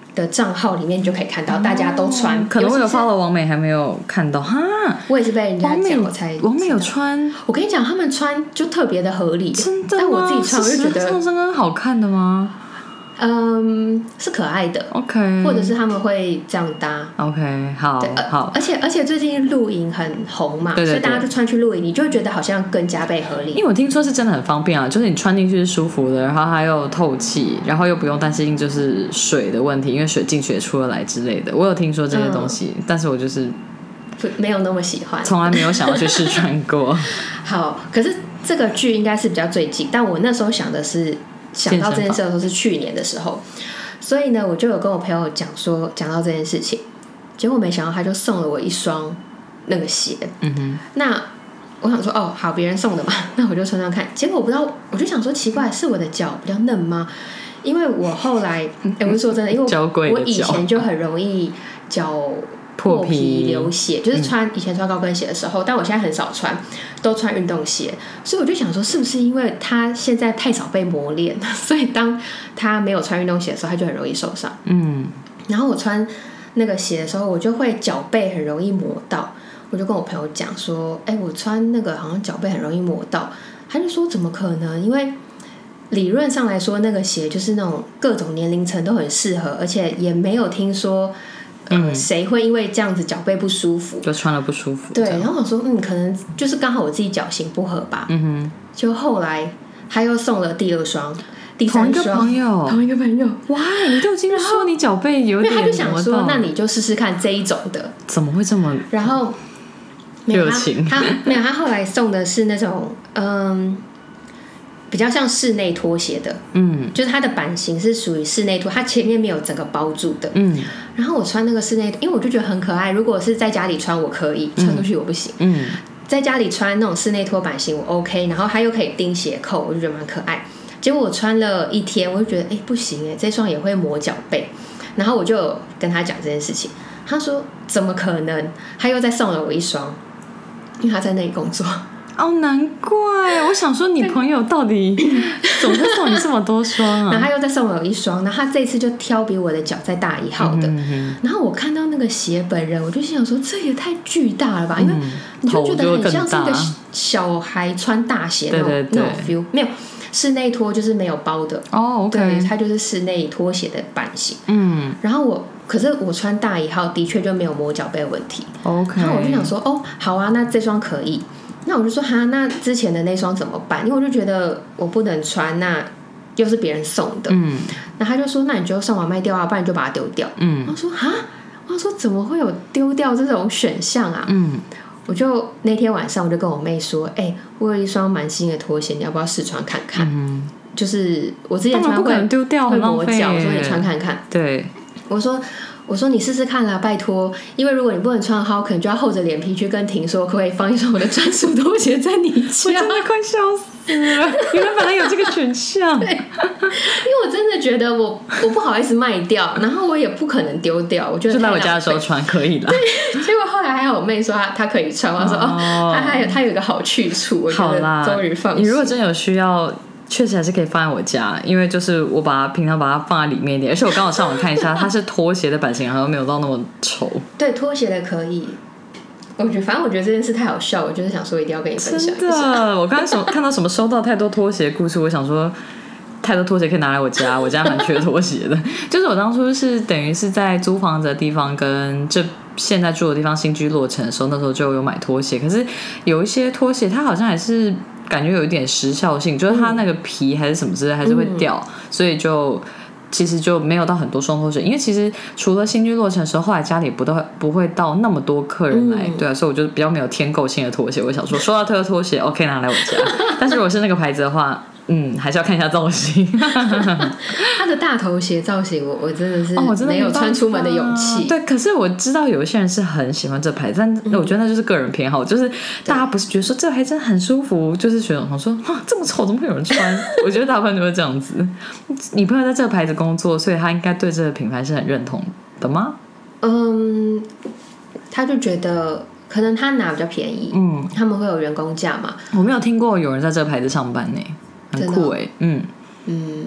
的账号里面就可以看到大家都穿，哦、 可能我有 follow 王美还没有看到哈。 我也是被人家讲我才王美有穿， 我跟你讲，他们穿就特别的合理， 真的吗？ 但我自己穿我就觉得上身跟好看的吗？ 嗯，是可爱的 ，OK， 或者是他们会这样搭 ，OK， 好，好， 而且而且最近露营很红嘛， 对对对， 所以大家就穿去露营，你就会觉得好像更加倍合理。 因为我听说是真的很方便啊，就是你穿进去是舒服的，然后它又透气，然后又不用担心就是水的问题，因为水进去也出得来之类的。我有听说这些东西，嗯、但是我就是没有那么喜欢， 从来没有想要去试穿过。 好，可是这个剧应该是比较最近，但我那时候想的是。想到这件事的时候是去年的时候，所以呢，我就有跟我朋友讲说，讲到这件事情，结果没想到他就送了我一双那个鞋。嗯哼，那我想说，哦，好，别人送的嘛，那我就穿穿看。结果我不知道，我就想说，奇怪，是我的脚比较嫩吗？因为我后来，哎，我是说真的，因为 我, 我以前就很容易脚破皮流血，就是穿、嗯、以前穿高跟鞋的时候，但我现在很少穿，都穿运动鞋，所以我就想说，是不是因为他现在太少被磨练，所以当他没有穿运动鞋的时候，他就很容易受伤。嗯，然后我穿那个鞋的时候，我就会脚背很容易磨到，我就跟我朋友讲说，哎，我穿那个好像脚背很容易磨到，他就说怎么可能？因为理论上来说，那个鞋就是那种各种年龄层都很适合，而且也没有听说。嗯，谁会因为这样子脚背不舒服就穿了不舒服？ 对，然后我说，嗯，可能就是刚好我自己脚型不合吧。嗯哼，就后来他又送了第二双、第三双， 同一个朋友， 同一个朋友。 哇，你都已经说你脚背有点磨到， 他就想说，那你就试试看这一种的。 怎么会这么？ 然后热情， 他没有，他后来送的是那种嗯。比较像室内拖鞋的，嗯，就是它的版型是属于室内拖，它前面没有整个包住的，嗯。然后我穿那个室内，因为我就觉得很可爱。如果是在家里穿，我可以穿出去，我不行，嗯。在家里穿那种室内拖版型，我 OK。然后它又可以钉鞋扣，我就觉得蛮可爱。结果我穿了一天，我就觉得，哎、欸，不行哎、欸，这双也会磨脚背。然后我就跟他讲这件事情，他说怎么可能？他又再送了我一双，因为他在那里工作。 哦，难怪！我想说，你朋友到底怎么会送你这么多双啊？ 然后他又再送我一双，然后他这次就挑比我的脚再大一号的。嗯嗯，然后我看到那个鞋本人，我就心想说，这也太巨大了吧！嗯、因为你就觉得很像是一个小孩穿大鞋那种对对对那种 feel， 没有室内拖就是没有包的哦。OK， 对，它就是室内拖鞋的版型。嗯，然后我。可是我穿大一号的确就没有磨脚背问题。 OK， 然后我就想说，哦，好啊，那这双可以。那我就说哈，那之前的那双怎么办？因为我就觉得我不能穿，那又是别人送的。嗯，然后他就说，那你就上网卖掉啊，不然你就把它丢掉。嗯，我说哈，我说怎么会有丢掉这种选项啊？嗯，我就那天晚上我就跟我妹说，哎、欸，我有一双蛮新的拖鞋，你要不要试穿看看？嗯，就是我之前穿会不可能丢掉， 会磨脚，我说你穿看看。 对， 我说。我说你试试看啦，拜托，因为如果你不能穿好，可能就要厚着脸皮去跟婷说，可不可以放一双我的专属拖鞋在你家？ 我真的快笑死了！原来本来有这个选项， 对，因为我真的觉得我我不好意思卖掉，然后我也不可能丢掉，我觉得就来我家的时候穿可以了。 对，结果后来还有我妹说她她可以穿，我说哦，她还有她有一个好去处，我觉得终于放心。 你如果真有需要。确实还是可以放在我家，因为就是我把它平常把它放在里面一点，而且我刚好上网看一下，它是拖鞋的版型，好像没有到那么丑。 对，拖鞋的可以。我觉得反正我觉得这件事太好笑，我就是想说一定要跟你分享一下。 真的，我刚才什看到什么收到太多拖鞋故事，我想说太多拖鞋可以拿来我家，我家蛮缺拖鞋的。就是我当初是等于是在租房子的地方跟这现在住的地方新居落成的时候，那时候就有买拖鞋，可是有一些拖鞋它好像还是。感觉有一点时效性，就是它那个皮还是什么之类还是会掉，嗯、所以就其实就没有到很多双拖鞋。因为其实除了新居落成的时候，后来家里不都不会到那么多客人来，嗯、对啊，所以我就比较没有添购新的拖鞋。我想说，收到特的拖鞋 OK 拿来我家，但是如果是那个牌子的话。嗯，还是要看一下造型。 他的大头鞋造型我，我真的是没有穿出门的勇气。 哦、对，可是我知道有些人是很喜欢这牌子，但我觉得那就是个人偏好，嗯、就是大家不是觉得说这牌真的很舒服，就是觉得好像说啊这么丑怎么会有人穿？我觉得大部分就会这样子。你朋友在这个牌子工作，所以他应该对这个品牌是很认同的吗？ 嗯，他就觉得。可能他拿比较便宜，嗯，他们会有员工价嘛。 我没有听过有人在这个牌子上班呢，很酷哎，哦、嗯嗯，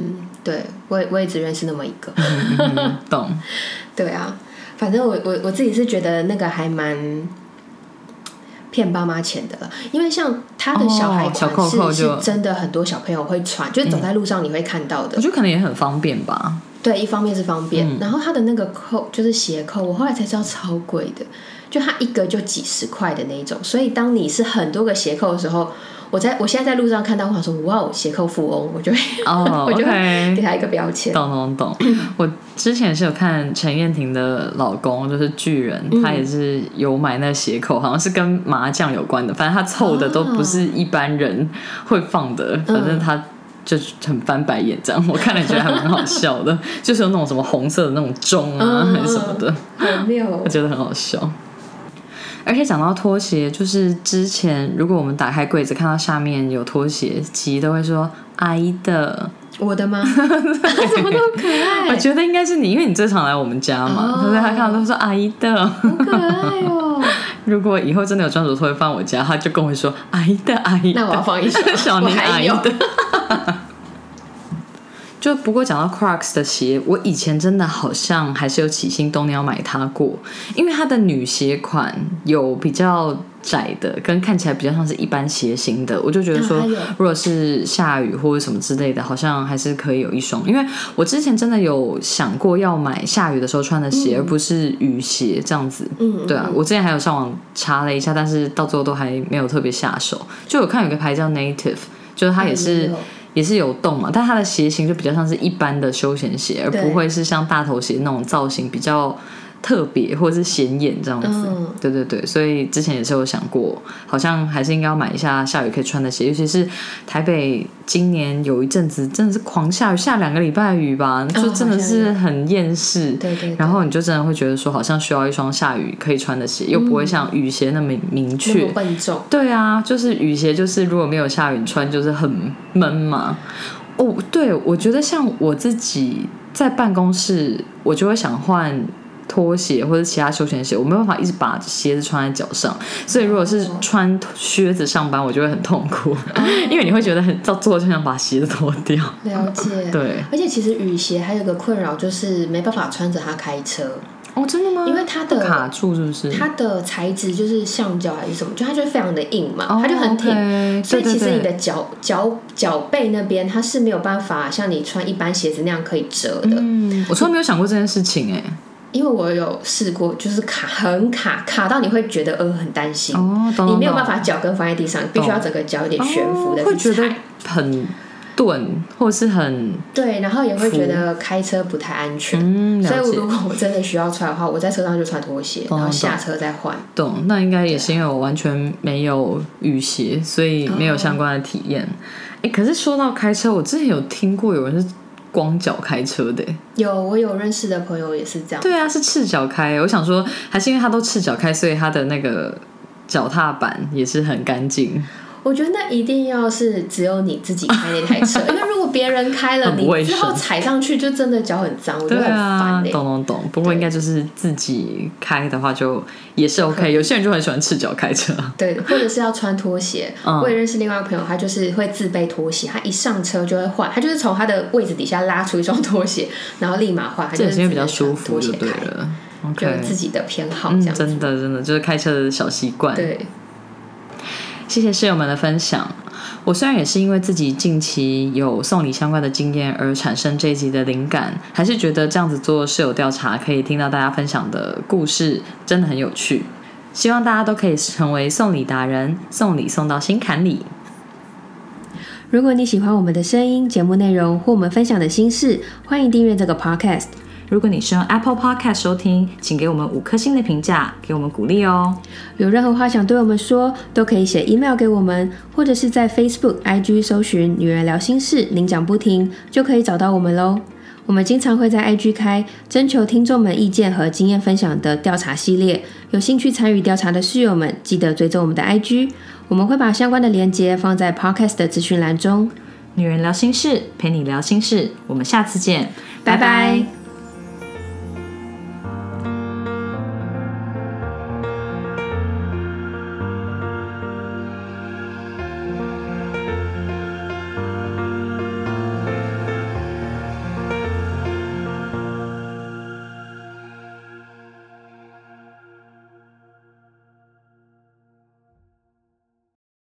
对，我也我也只认识那么一个。 嗯嗯、懂。 对啊，反正我我我自己是觉得那个还蛮骗爸妈钱的了，因为像他的小孩款式、 哦、小扣扣是真的很多小朋友会穿，就是走在路上你会看到的。 我觉得可能也很方便吧。 对，一方面是方便， 嗯、 然后他的那个扣就是鞋扣，我后来才知道超贵的，就他一个就几十块的那一种，所以当你是很多个鞋扣的时候，我在我现在在路上看到，我想说哇，鞋扣富翁，我就会、 哦、 我就会 okay, 给他一个标签。 懂懂懂。我之前是有看陈燕婷的老公，就是巨人，嗯、他也是有买那鞋扣，好像是跟麻将有关的，反正他凑的都不是一般人会放的，哦、反正他就很翻白眼这样，我看了觉得还蛮好笑的，就是有那种什么红色的那种钟啊、嗯、还是什么的， 好妙哦， 我觉得很好笑。而且讲到拖鞋，就是之前如果我们打开柜子看到下面有拖鞋，其实都会说阿姨的。 我的吗？怎么那么可爱？ 我觉得应该是你，因为你最常来我们家嘛，对不对？他看到都说阿姨的， 好可爱哦。 如果以后真的有专属拖鞋放我家，他就跟我说阿姨的阿姨的， 那我要放一首小宁阿姨的。就不过讲到 Crocs 的鞋，我以前真的好像还是有起心动念要买它过，因为它的女鞋款有比较窄的，跟看起来比较像是一般鞋型的，我就觉得说，如果是下雨或者什么之类的，好像还是可以有一双。因为我之前真的有想过要买下雨的时候穿的鞋，嗯、而不是雨鞋这样子。嗯，对啊，我之前还有上网查了一下，但是到最后都还没有特别下手。就有看有个牌叫 Native， 就是它也是。也是有洞嘛，但它的鞋型就比较像是一般的休闲鞋，而不会是像大头鞋那种造型比较特别或者是显眼这样子。嗯、对对对，所以之前也是有想过，好像还是应该要买一下下雨可以穿的鞋，尤其是台北今年有一阵子真的是狂下雨，下两个礼拜雨吧，就真的是很厌世。对 对, 对。然后你就真的会觉得说，好像需要一双下雨可以穿的鞋，又不会像雨鞋那么明确。 那么笨重。对啊，就是雨鞋，就是如果没有下雨穿，就是很闷嘛。哦，对，我觉得像我自己在办公室，我就会想换拖鞋或者其他休闲鞋，我没有办法一直把鞋子穿在脚上，所以如果是穿靴子上班，我就会很痛苦，哦、因为你会觉得很到最后就想把鞋子脱掉。 了解， 对。 而且其实雨鞋还有个困扰，就是没办法穿着它开车。 哦，真的吗？ 因为它的卡住是不是？ 它的材质就是橡胶还是什么，就它就非常的硬嘛，哦、它就很挺， okay, 所以其实你的脚脚脚背那边它是没有办法像你穿一般鞋子那样可以折的。 嗯，我从来没有想过这件事情哎、欸。 因为我有试过，就是卡很卡，卡到你会觉得呃很担心。 哦，懂懂懂， 你没有办法脚跟放在地上，必须要整个脚有点悬浮的去踩， 哦、很钝或是很对，然后也会觉得开车不太安全。嗯，所以如果我真的需要穿的话，我在车上就穿拖鞋，然后下车再换。 懂，那应该也是因为我完全没有雨鞋，所以没有相关的体验。哎、哦，可是说到开车，我之前有听过有人是光脚开车的。 有，我有认识的朋友也是这样。 对啊，是赤脚开。我想说还是因为他都赤脚开，所以他的那个脚踏板也是很干净。 我觉得那一定要是只有你自己开那台车，因为如果别人开了，你之后踩上去就真的脚很脏，我觉得很烦、欸。懂懂懂。不过应该就是自己开的话，就也是 OK。有些人就很喜欢赤脚开车， 对，或者是要穿拖鞋。嗯、我也认识另外一个朋友，他就是会自备拖鞋，他一上车就会换，他就是从他的位置底下拉出一双拖鞋，然后立马换。他就是因为比较舒服就对了，就自己的偏好这样子、 嗯。真的真的就是开车的小习惯。 对。 谢谢室友们的分享。我虽然也是因为自己近期有送礼相关的经验而产生这一集的灵感，还是觉得这样子做室友调查可以听到大家分享的故事真的很有趣。希望大家都可以成为送礼达人，送礼送到心坎里。 如果你喜欢我们的声音、节目内容或我们分享的心事，欢迎订阅这个 podcast。 如果你是用 Apple Podcast 收听，请给我们五颗星的评价，给我们鼓励哦。 有任何话想对我们说，都可以写 email 给我们，或者是在 Facebook、I G 搜寻女人聊心事，您讲不停，就可以找到我们咯。我们经常会在 I G 开征求听众们意见和经验分享的调查系列，有兴趣参与调查的室友们，记得追踪我们的 I G， 我们会把相关的连结放在 Podcast 的资讯栏中。 女人聊心事，陪你聊心事，我们下次见， 拜拜。